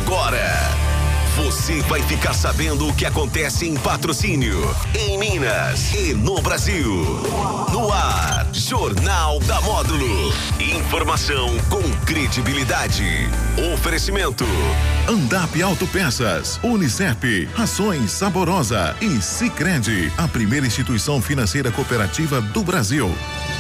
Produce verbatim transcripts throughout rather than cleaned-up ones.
agora você vai ficar sabendo o que acontece em Patrocínio, em Minas e no Brasil. No ar, Jornal da Módulo. Informação com credibilidade. Oferecimento: Andap Autopeças, Unicep, Rações Saborosa e Sicredi, a primeira instituição financeira cooperativa do Brasil.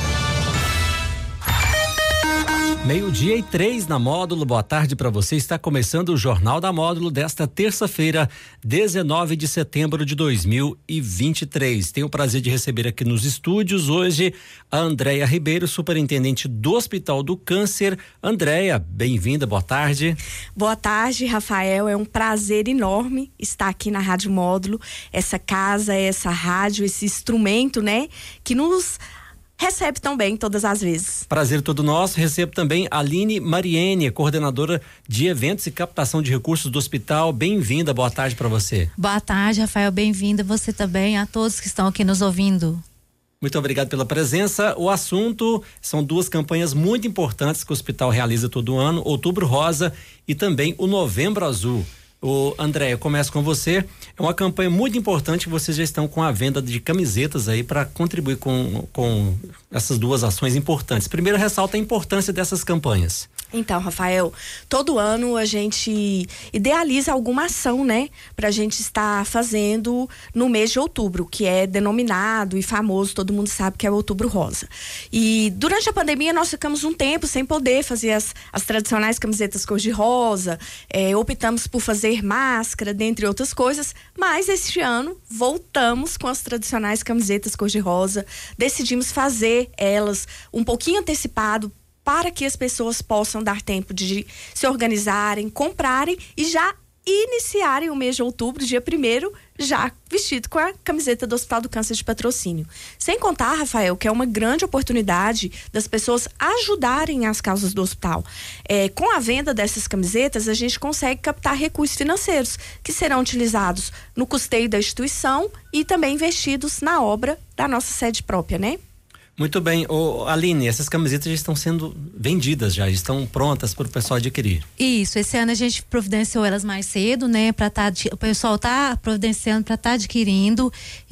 Meio-dia e três na Módulo, boa tarde para você. Está começando o Jornal da Módulo desta terça-feira, dezenove de setembro de dois mil e vinte e três. Tenho o prazer de receber aqui nos estúdios hoje a Andréia Ribeiro, superintendente do Hospital do Câncer. Andréia, bem-vinda, boa tarde. Boa tarde, Rafael. É um prazer enorme estar aqui na Rádio Módulo, essa casa, essa rádio, esse instrumento, né, que nos recebe tão bem todas as vezes. Prazer todo nosso. Recebo também a Aline Mariene, coordenadora de eventos e captação de recursos do hospital. Bem-vinda, boa tarde para você. Boa tarde, Rafael, bem-vinda você também, a todos que estão aqui nos ouvindo. Muito obrigado pela presença. O assunto são duas campanhas muito importantes que o hospital realiza todo ano, Outubro Rosa e também o Novembro Azul. O André, eu começo com você. É uma campanha muito importante que vocês já estão com a venda de camisetas aí para contribuir com, com essas duas ações importantes. Primeiro, ressalta a importância dessas campanhas. Então, Rafael, todo ano a gente idealiza alguma ação, né? Pra gente estar fazendo no mês de outubro, que é denominado e famoso, todo mundo sabe que é o Outubro Rosa. E durante a pandemia nós ficamos um tempo sem poder fazer as, as tradicionais camisetas cor-de-rosa, é, optamos por fazer máscara, dentre outras coisas, mas este ano voltamos com as tradicionais camisetas cor-de-rosa, decidimos fazer elas um pouquinho antecipado, para que as pessoas possam dar tempo de se organizarem, comprarem e já iniciarem o mês de outubro, dia primeiro, já vestido com a camiseta do Hospital do Câncer de Patrocínio. Sem contar, Rafael, que é uma grande oportunidade das pessoas ajudarem as causas do hospital. É, com a venda dessas camisetas, a gente consegue captar recursos financeiros que serão utilizados no custeio da instituição e também investidos na obra da nossa sede própria, né? Muito bem. Ô, Aline, essas camisetas já estão sendo vendidas, já estão prontas para o pessoal adquirir. Isso, esse ano a gente providenciou elas mais cedo, né? Pra tá, o pessoal tá providenciando para estar tá adquirindo.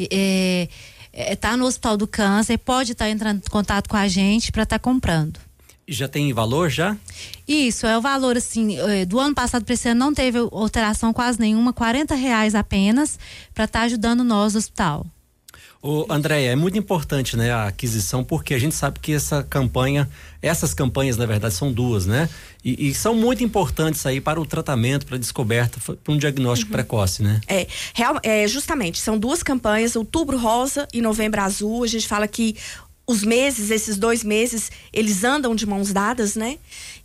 É, é, tá no Hospital do Câncer, pode estar tá entrando em contato com a gente para estar tá comprando. Já tem valor já? Isso, é o valor assim, do ano passado para esse ano não teve alteração quase nenhuma, quarenta reais apenas para estar tá ajudando nós no hospital. Ô, Andréia, é muito importante, né, a aquisição, porque a gente sabe que essa campanha, essas campanhas, na verdade, são duas, né? E, e são muito importantes aí para o tratamento, para a descoberta, para um diagnóstico uhum. precoce, né? É, real, é, justamente, são duas campanhas, Outubro Rosa e Novembro Azul. A gente fala que os meses, esses dois meses, eles andam de mãos dadas, né?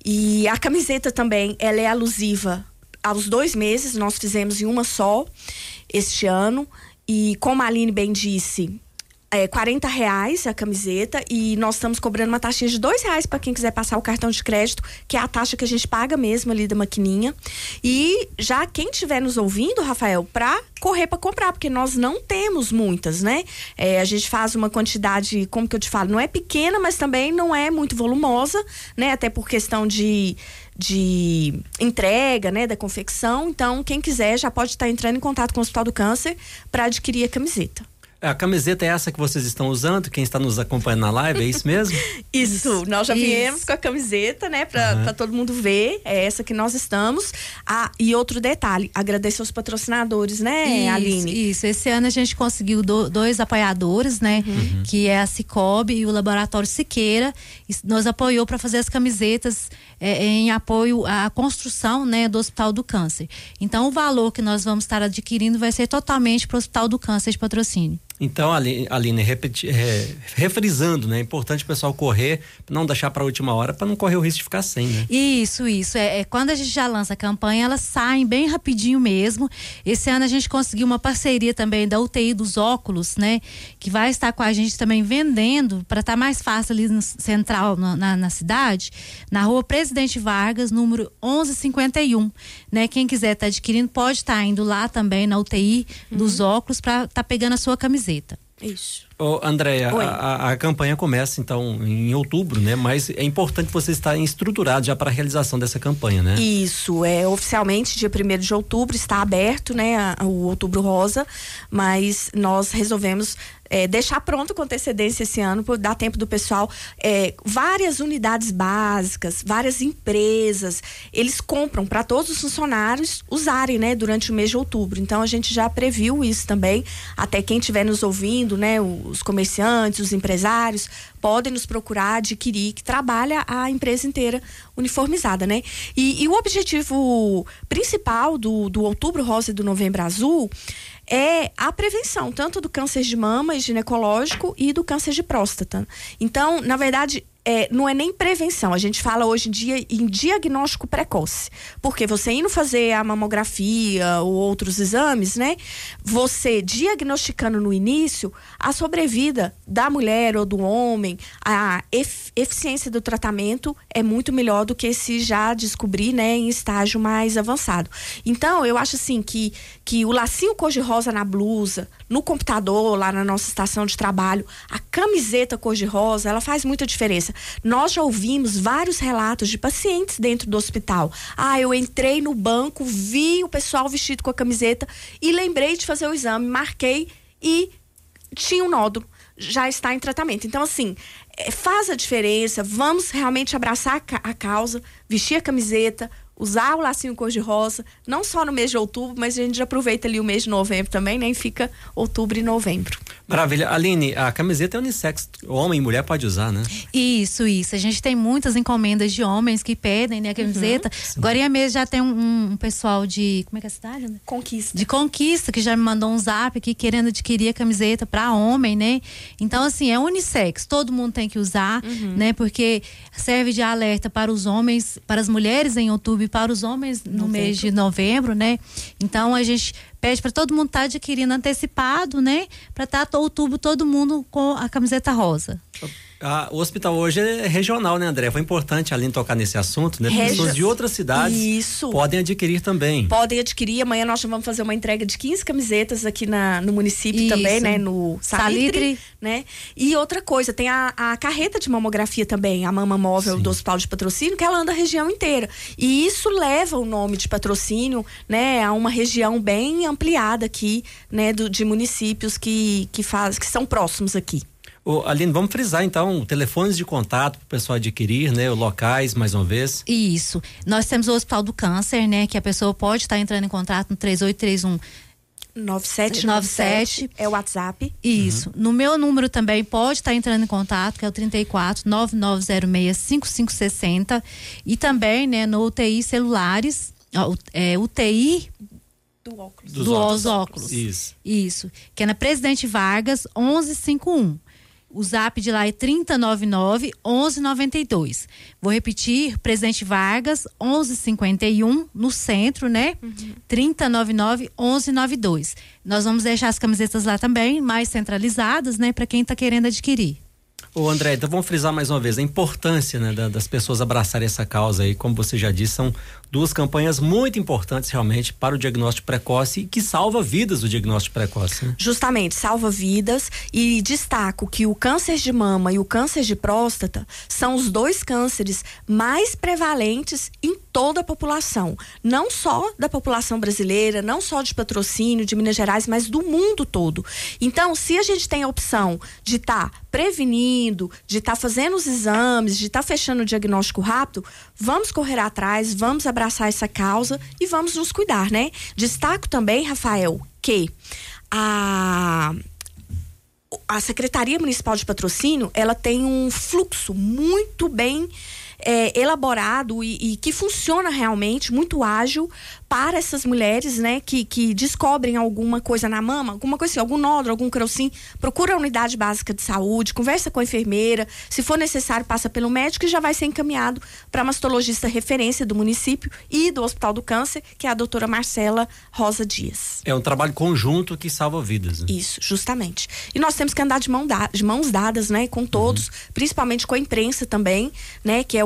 E a camiseta também, ela é alusiva aos dois meses, nós fizemos em uma só este ano. E como a Aline bem disse, é quarenta reais a camiseta e nós estamos cobrando uma taxinha de dois reais para quem quiser passar o cartão de crédito, que é a taxa que a gente paga mesmo ali da maquininha. E já quem estiver nos ouvindo, Rafael, para correr para comprar, porque nós não temos muitas, né? É, a gente faz uma quantidade, como que eu te falo, não é pequena, mas também não é muito volumosa, né? Até por questão de de entrega, né, da confecção. Então, quem quiser já pode estar entrando em contato com o Hospital do Câncer para adquirir a camiseta. A camiseta é essa que vocês estão usando? Quem está nos acompanhando na live, é isso mesmo? Isso, nós já Isso. viemos com a camiseta, né, para uhum. todo mundo ver, é essa que nós estamos. Ah, e outro detalhe, agradecer aos patrocinadores, né, isso, Aline? Isso, esse ano a gente conseguiu do, dois apoiadores, né, uhum. que é a Cicobi e o Laboratório Siqueira, nos apoiou para fazer as camisetas é, em apoio à construção, né, do Hospital do Câncer. Então, o valor que nós vamos estar adquirindo vai ser totalmente para o Hospital do Câncer de Patrocínio. Então, Aline, repeti, é, refrisando, né? É importante o pessoal correr, não deixar para a última hora, para não correr o risco de ficar sem, né? Isso, isso. É, é, quando a gente já lança a campanha, elas saem bem rapidinho mesmo. Esse ano a gente conseguiu uma parceria também da U T I dos óculos, né? Que vai estar com a gente também vendendo, para estar tá mais fácil ali no central, na, na, na cidade, na rua Presidente Vargas, número onze cinquenta e um, né? Quem quiser estar tá adquirindo, pode estar tá indo lá também na U T I dos uhum. óculos para estar tá pegando a sua camiseta. Isso. Ô, Andréia, a, a campanha começa então em outubro, né? Mas é importante você estar estruturado já para a realização dessa campanha, né? Isso, é oficialmente dia primeiro de outubro está aberto, né? A, o Outubro Rosa, mas nós resolvemos É, deixar pronto com antecedência esse ano, para dar tempo do pessoal, é, várias unidades básicas, várias empresas, eles compram para todos os funcionários usarem, né, durante o mês de outubro. Então a gente já previu isso também, até quem estiver nos ouvindo, né, os comerciantes, os empresários, podem nos procurar adquirir, que trabalha a empresa inteira uniformizada, né? E, e o objetivo principal do, do Outubro Rosa e do Novembro Azul é a prevenção, tanto do câncer de mama e ginecológico e do câncer de próstata. Então, na verdade, é, não é nem prevenção, a gente fala hoje em dia em diagnóstico precoce, porque você indo fazer a mamografia ou outros exames, né, você diagnosticando no início, a sobrevida da mulher ou do homem, a ef- eficiência do tratamento é muito melhor do que se já descobrir, né, em estágio mais avançado. Então, eu acho assim que, que o lacinho cor-de-rosa na blusa, no computador, lá na nossa estação de trabalho, a camiseta cor-de-rosa, ela faz muita diferença. Nós já ouvimos vários relatos de pacientes dentro do hospital. Ah, eu entrei no banco, vi o pessoal vestido com a camiseta e lembrei de fazer o exame, marquei e tinha um nódulo. Já está em tratamento. Então, assim, faz a diferença, vamos realmente abraçar a causa, vestir a camiseta, usar o lacinho cor-de-rosa, não só no mês de outubro, mas a gente já aproveita ali o mês de novembro também, né? E fica outubro e novembro. Maravilha. Aline, a camiseta é unissex, homem e mulher pode usar, né? Isso, isso. A gente tem muitas encomendas de homens que pedem, né, a camiseta. Uhum. Agora em mês já tem um, um pessoal de, como é que é a cidade? Né? Conquista. De Conquista, que já me mandou um zap aqui querendo adquirir a camiseta para homem, né? Então, assim, é unissex, todo mundo tem que usar, uhum. né? Porque serve de alerta para os homens, para as mulheres em outubro e para os homens no novembro. Mês de novembro, né? Então a gente pede para todo mundo estar tá adquirindo antecipado, né? Para estar tá outubro todo mundo com a camiseta rosa. Ah, o hospital hoje é regional, né, André? Foi importante, além de tocar nesse assunto, né? Regi... Pessoas de outras cidades Isso. podem adquirir também. Podem adquirir. Amanhã nós vamos fazer uma entrega de quinze camisetas aqui na, no município Isso. também, né? No Salitre, Salitre, né? E outra coisa, tem a, a carreta de mamografia também, a Mama Móvel Sim. do Hospital de Patrocínio, que ela anda a região inteira. E isso leva o nome de patrocínio, né? A uma região bem ampliada aqui, né? Do, de municípios que, que, faz, que são próximos aqui. Ô, Aline, vamos frisar então telefones de contato para o pessoal adquirir, né? Locais, mais uma vez. Isso. Nós temos o Hospital do Câncer, né? Que a pessoa pode estar tá entrando em contato no três oito três um nove sete nove sete é o WhatsApp. Isso. Uhum. No meu número também pode estar tá entrando em contato, que é o trinta e quatro, nove nove zero seis, cinco cinco seis zero. E também, né, no U T I celulares, ó, é, U T I do óculos. Dos do óculos. óculos. Isso. Isso. Que é na Presidente Vargas onze cinquenta e um. O zap de lá é trinta e nove nove, onze noventa e dois. Vou repetir, Presidente Vargas, onze cinquenta e um, no centro, né? Uhum. trinta e nove nove, onze noventa e dois. Nós vamos deixar as camisetas lá também, mais centralizadas, né? Para quem tá querendo adquirir. Ô André, então vamos frisar mais uma vez a importância, né, da, das pessoas abraçarem essa causa aí, como você já disse, são duas campanhas muito importantes realmente para o diagnóstico precoce e que salva vidas o diagnóstico precoce. Né? Justamente, salva vidas, e destaco que o câncer de mama e o câncer de próstata são os dois cânceres mais prevalentes em toda a população, não só da população brasileira, não só de Patrocínio, de Minas Gerais, mas do mundo todo. Então, se a gente tem a opção de estar tá prevenindo, de estar tá fazendo os exames, de estar tá fechando o diagnóstico rápido, vamos correr atrás, vamos abraçar essa causa e vamos nos cuidar, né? Destaco também, Rafael, que a a Secretaria Municipal de Patrocínio, ela tem um fluxo muito bem É, elaborado e, e que funciona realmente, muito ágil para essas mulheres, né, que, que descobrem alguma coisa na mama, alguma coisa assim, algum nódulo, algum carocinho, procura a unidade básica de saúde, conversa com a enfermeira, se for necessário passa pelo médico e já vai ser encaminhado para a mastologista referência do município e do Hospital do Câncer, que é a doutora Marcela Rosa Dias. É um trabalho conjunto que salva vidas. Né? Isso, justamente. E nós temos que andar de, mão da, de mãos dadas, né, com todos, uhum. principalmente com a imprensa também, né, que é o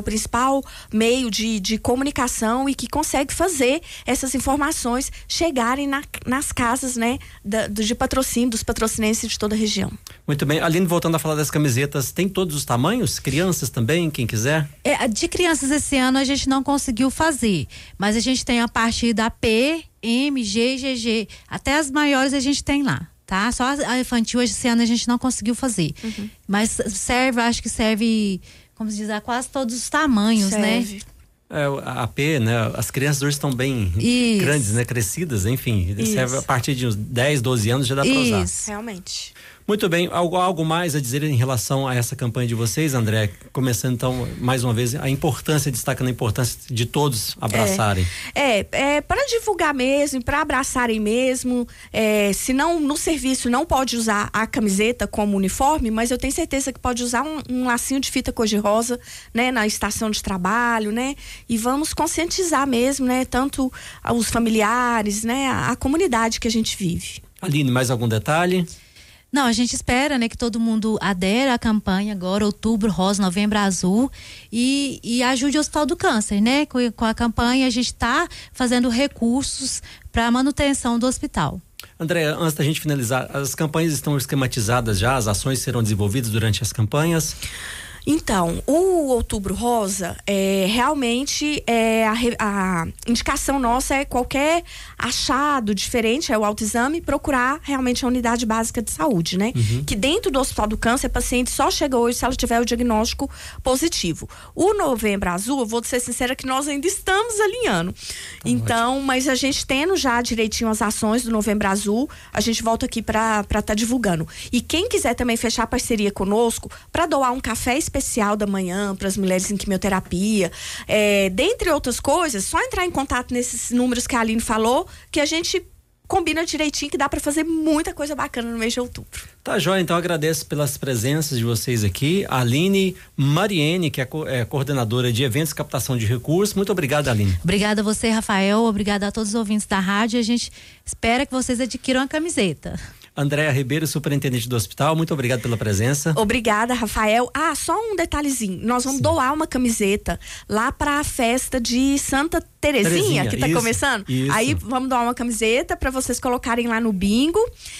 principal meio de, de comunicação e que consegue fazer essas informações chegarem na, nas casas, né, da, de patrocínio, dos patrocinenses de toda a região. Muito bem. Aline, voltando a falar das camisetas, tem todos os tamanhos? Crianças também, quem quiser? É, de crianças esse ano a gente não conseguiu fazer, mas a gente tem a partir da P, M, G, G G, até as maiores a gente tem lá, tá? Só a infantil esse ano a gente não conseguiu fazer, uhum. mas serve, acho que serve, como se diz, a quase todos os tamanhos, serve. Né? É, a P, né? As crianças hoje estão bem Isso. grandes, né? Crescidas, enfim. Isso. Serve a partir de uns dez, doze anos já dá para usar. Isso, realmente. Muito bem, algo, algo mais a dizer em relação a essa campanha de vocês, André? Começando então, mais uma vez, a importância, destacando a importância de todos abraçarem. É, é, é para divulgar mesmo, para abraçarem mesmo, é, se não, no serviço não pode usar a camiseta como uniforme, mas eu tenho certeza que pode usar um, um lacinho de fita cor-de-rosa, né, na estação de trabalho, né, e vamos conscientizar mesmo, né, tanto os familiares, né, a, a comunidade que a gente vive. Aline, mais algum detalhe? Não, a gente espera, né, que todo mundo adere à campanha agora, Outubro Rosa, Novembro Azul, e, e ajude o Hospital do Câncer, né? Com, com a campanha a gente está fazendo recursos para a manutenção do hospital. André, antes da gente finalizar, as campanhas estão esquematizadas já? As ações serão desenvolvidas durante as campanhas? Então, o Outubro Rosa, é, realmente, é, a, a indicação nossa é qualquer achado diferente, é o autoexame, procurar realmente a unidade básica de saúde, né? Uhum. Que dentro do Hospital do Câncer, a paciente só chega hoje se ela tiver o diagnóstico positivo. O Novembro Azul, eu vou ser sincera que nós ainda estamos alinhando. Tá, então, ótimo. Mas a gente tendo já direitinho as ações do Novembro Azul, a gente volta aqui para estar tá divulgando. E quem quiser também fechar parceria conosco para doar um café específico especial da manhã para as mulheres em quimioterapia, é, dentre outras coisas, só entrar em contato nesses números que a Aline falou, que a gente combina direitinho, que dá para fazer muita coisa bacana no mês de outubro. Tá, joia, então agradeço pelas presenças de vocês aqui. Aline Mariene, que é, co é coordenadora de eventos e captação de recursos. Muito obrigada, Aline. Obrigada a você, Rafael. Obrigada a todos os ouvintes da rádio. A gente espera que vocês adquiram a camiseta. Andréa Ribeiro, superintendente do hospital, muito obrigado pela presença. Obrigada, Rafael. Ah, só um detalhezinho. Nós vamos Sim. doar uma camiseta lá para a festa de Santa Terezinha, Terezinha que tá isso, começando. Isso. Aí vamos doar uma camiseta para vocês colocarem lá no bingo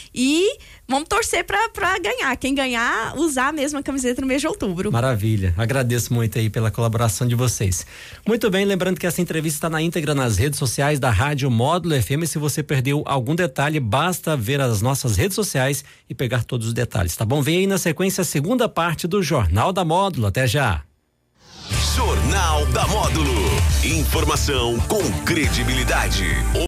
e vamos torcer para ganhar. Quem ganhar, usar a mesma camiseta no mês de outubro. Maravilha. Agradeço muito aí pela colaboração de vocês. Muito bem, lembrando que essa entrevista está na íntegra nas redes sociais da Rádio Módulo F M. Se você perdeu algum detalhe, basta ver as nossas redes sociais e pegar todos os detalhes, tá bom? Vem aí na sequência a segunda parte do Jornal da Módulo. Até já. Jornal da Módulo. Informação com credibilidade.